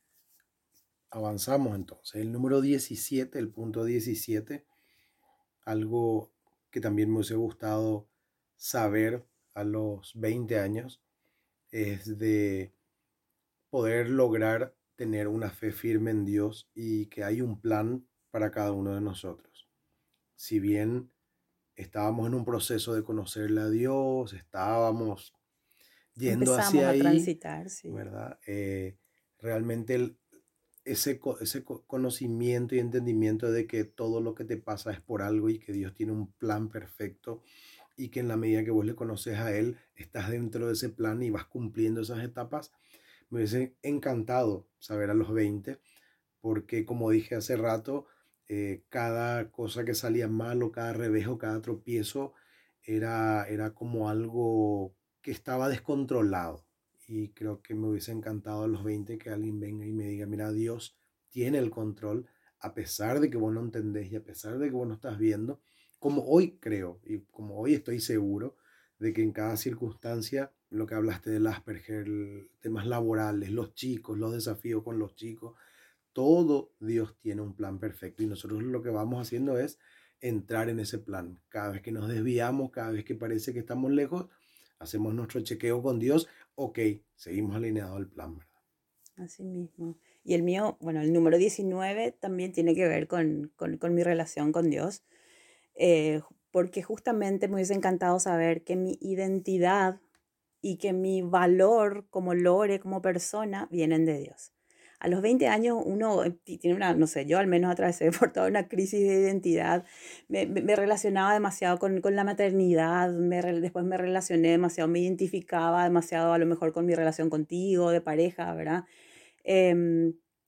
Avanzamos entonces. El número diecisiete, el punto diecisiete, algo que también me hubiese gustado saber a los veinte años, es de poder lograr tener una fe firme en Dios y que hay un plan para cada uno de nosotros. Si bien estábamos en un proceso de conocerle a Dios, estábamos yendo Empezamos hacia a ahí, transitar, sí. ¿verdad? Eh, realmente el- ese, co- ese co- conocimiento y entendimiento de que todo lo que te pasa es por algo y que Dios tiene un plan perfecto y que en la medida que vos le conoces a Él, estás dentro de ese plan y vas cumpliendo esas etapas. Me hubiese encantado saber a los veinte porque como dije hace rato, eh, cada cosa que salía mal o cada revés o cada tropiezo era, era como algo que estaba descontrolado. Y creo que me hubiese encantado a los veinte que alguien venga y me diga, mira, Dios tiene el control a pesar de que vos no entendés y a pesar de que vos no estás viendo, como hoy creo y como hoy estoy seguro de que en cada circunstancia, lo que hablaste del Asperger, temas laborales, los chicos, los desafíos con los chicos, todo Dios tiene un plan perfecto y nosotros lo que vamos haciendo es entrar en ese plan. Cada vez que nos desviamos, cada vez que parece que estamos lejos, hacemos nuestro chequeo con Dios. Ok, seguimos alineados al plan, ¿verdad? Así mismo. Y el mío, bueno, el número diecinueve también tiene que ver con, con, con mi relación con Dios, eh, porque justamente me hubiese encantado saber que mi identidad y que mi valor como Lore, como persona, vienen de Dios. A los veinte años uno eh, ti- tiene una, no sé, yo al menos atravesé por toda una crisis de identidad, me, me- me relacionaba demasiado con, con la maternidad, me re- después me relacioné demasiado, me identificaba demasiado a lo mejor con mi relación contigo, de pareja, ¿verdad? Em,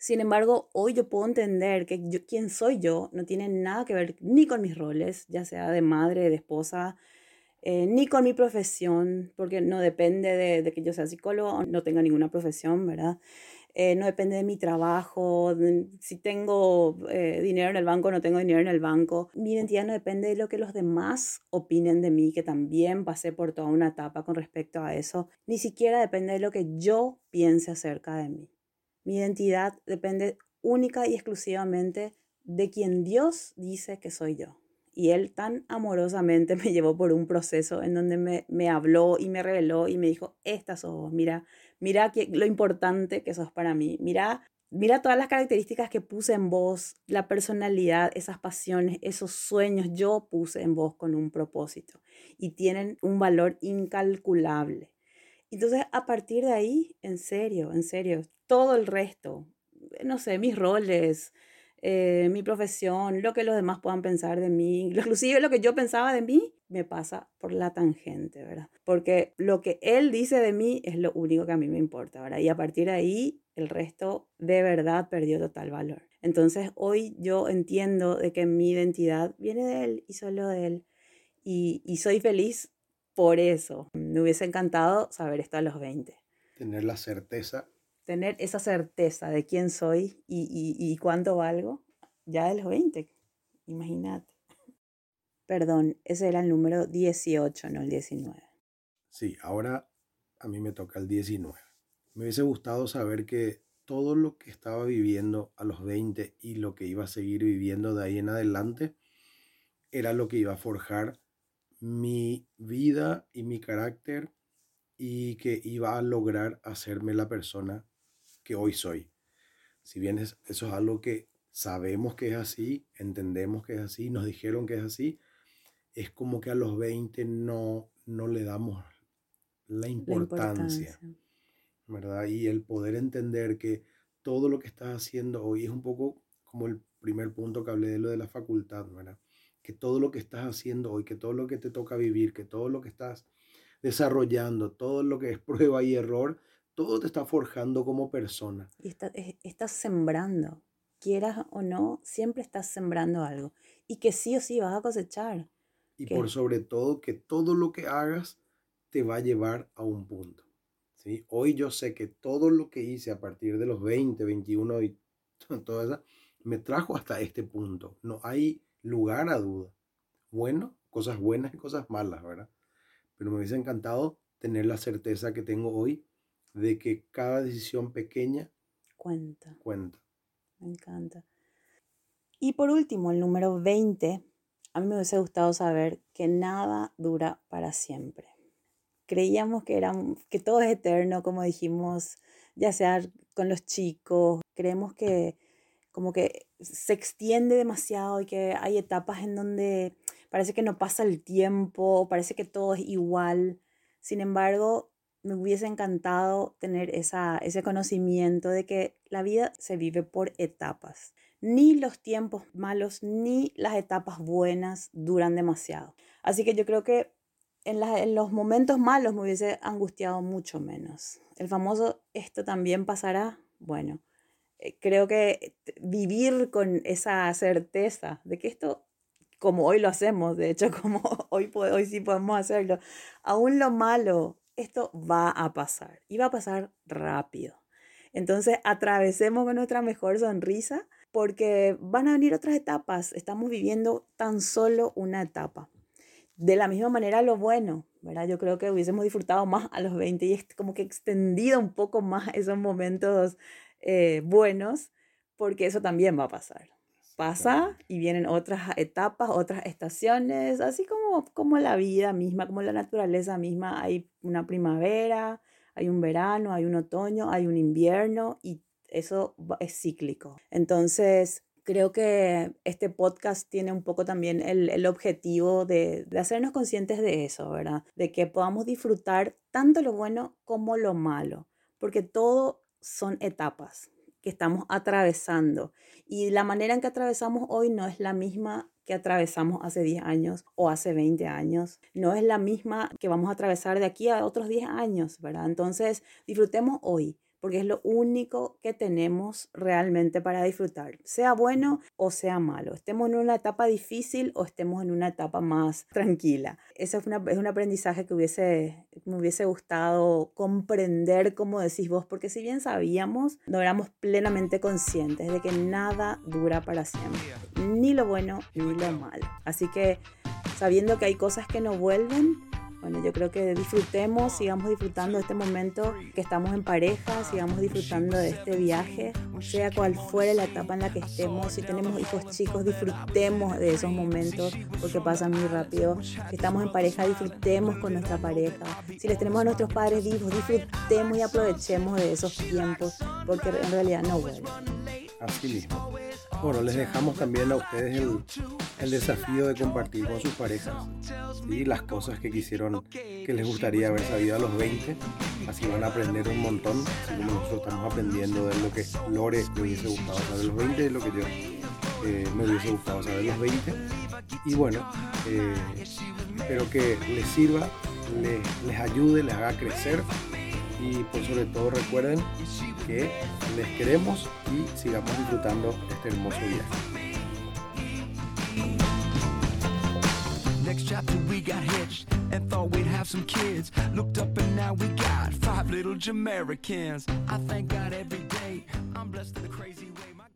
Sin embargo, hoy yo puedo entender que yo, quién soy yo no tiene nada que ver ni con mis roles, ya sea de madre, de esposa, eh, ni con mi profesión, porque no depende de, de que yo sea psicóloga o no tenga ninguna profesión, ¿verdad? Eh, no depende de mi trabajo, de si tengo eh, dinero en el banco o no tengo dinero en el banco. Mi identidad no depende de lo que los demás opinen de mí, que también pasé por toda una etapa con respecto a eso. Ni siquiera depende de lo que yo piense acerca de mí. Mi identidad depende única y exclusivamente de quien Dios dice que soy yo. Y Él tan amorosamente me llevó por un proceso en donde me, me habló y me reveló y me dijo, esta sos vos, mira, mira que, lo importante que sos para mí, mira, mira todas las características que puse en vos, la personalidad, esas pasiones, esos sueños, yo puse en vos con un propósito y tienen un valor incalculable. Entonces, a partir de ahí, en serio, en serio, todo el resto, no sé, mis roles, eh, mi profesión, lo que los demás puedan pensar de mí, inclusive lo que yo pensaba de mí, me pasa por la tangente, ¿verdad? Porque lo que él dice de mí es lo único que a mí me importa, ¿verdad? Y a partir de ahí, el resto de verdad perdió total valor. Entonces, hoy yo entiendo de que mi identidad viene de él y solo de él. Y, y soy feliz por eso. Me hubiese encantado saber esto a los veinte. Tener la certeza. Tener esa certeza de quién soy y, y, y cuánto valgo ya de los veinte. Imagínate. Perdón, ese era el número dieciocho, no el diecinueve. Sí, ahora a mí me toca el diecinueve. Me hubiese gustado saber que todo lo que estaba viviendo a los veinte y lo que iba a seguir viviendo de ahí en adelante era lo que iba a forjar mi vida y mi carácter y que iba a lograr hacerme la persona que hoy soy. Si bien es, eso es algo que sabemos que es así, entendemos que es así, nos dijeron que es así, es como que a los veinte no, no le damos la La importancia, importancia. ¿verdad? Y el poder entender que todo lo que estás haciendo hoy es un poco como el primer punto que hablé de lo de la facultad, ¿verdad? Que todo lo que estás haciendo hoy, que todo lo que te toca vivir, que todo lo que estás desarrollando, todo lo que es prueba y error, todo te está forjando como persona. Y está, es- estás sembrando. Quieras o no, siempre estás sembrando algo. Y que sí o sí vas a cosechar. Y por Que sobre todo que todo lo que hagas te va a llevar a un punto. ¿Sí? Hoy yo sé que todo lo que hice a partir de los veinte, veintiuno y todo eso, me trajo hasta este punto. No hay lugar a duda. Bueno, cosas buenas y cosas malas, ¿verdad? Pero me hubiese encantado tener la certeza que tengo hoy de que cada decisión pequeña cuenta. cuenta. Me encanta. Y por último, el número veinte, a mí me hubiese gustado saber que nada dura para siempre. Creíamos que, era, que todo es eterno, como dijimos, ya sea con los chicos, creemos que como que se extiende demasiado y que hay etapas en donde parece que no pasa el tiempo, parece que todo es igual. Sin embargo, me hubiese encantado tener esa, ese conocimiento de que la vida se vive por etapas. Ni los tiempos malos ni las etapas buenas duran demasiado. Así que yo creo que en, la, en los momentos malos me hubiese angustiado mucho menos. El famoso "esto también pasará", bueno, eh, creo que vivir con esa certeza de que esto, como hoy lo hacemos, de hecho, como hoy, hoy sí podemos hacerlo, aún lo malo, esto va a pasar y va a pasar rápido. Entonces, atravesemos con nuestra mejor sonrisa porque van a venir otras etapas. Estamos viviendo tan solo una etapa. De la misma manera lo bueno, ¿verdad? Yo creo que hubiésemos disfrutado más a los veinte y como que extendido un poco más esos momentos eh, buenos, porque eso también va a pasar. Pasa y vienen otras etapas, otras estaciones, así como, como la vida misma, como la naturaleza misma. Hay una primavera, hay un verano, hay un otoño, hay un invierno y eso es cíclico. Entonces, creo que este podcast tiene un poco también el, el objetivo de, de hacernos conscientes de eso, ¿verdad? De que podamos disfrutar tanto lo bueno como lo malo, porque todo son etapas que estamos atravesando y la manera en que atravesamos hoy no es la misma que atravesamos hace diez años o hace veinte años, no es la misma que vamos a atravesar de aquí a otros diez años, ¿verdad? Entonces disfrutemos hoy, porque es lo único que tenemos realmente para disfrutar, sea bueno o sea malo, estemos en una etapa difícil o estemos en una etapa más tranquila. Ese es, una, es un aprendizaje que hubiese, me hubiese gustado comprender, como decís vos, porque si bien sabíamos, no éramos plenamente conscientes de que nada dura para siempre, ni lo bueno ni lo malo. Así que sabiendo que hay cosas que no vuelven, bueno, yo creo que disfrutemos, sigamos disfrutando de este momento que estamos en pareja, sigamos disfrutando de este viaje, sea cual fuere la etapa en la que estemos. Si tenemos hijos chicos, disfrutemos de esos momentos porque pasan muy rápido. Si estamos en pareja, disfrutemos con nuestra pareja. Si les tenemos a nuestros padres vivos, disfrutemos y aprovechemos de esos tiempos porque en realidad no vuelven. Así mismo. Bueno, les dejamos también a ustedes el, el desafío de compartir con sus parejas y las cosas que quisieron, que les gustaría haber sabido a los veinte. Así van a aprender un montón, así como nosotros estamos aprendiendo de lo que Lore me hubiese gustado saber a los veinte, de lo que yo eh, me hubiese gustado saber a los veinte. Y bueno, eh, espero que les sirva, les, les ayude, les haga crecer. Y por sobre todo recuerden que les queremos y sigamos disfrutando este hermoso viaje. Next chapter we got hitched and thought we'd have some kids. Looked up and now we got five little Jamericans. I thank God every day I'm blessed in a crazy way. My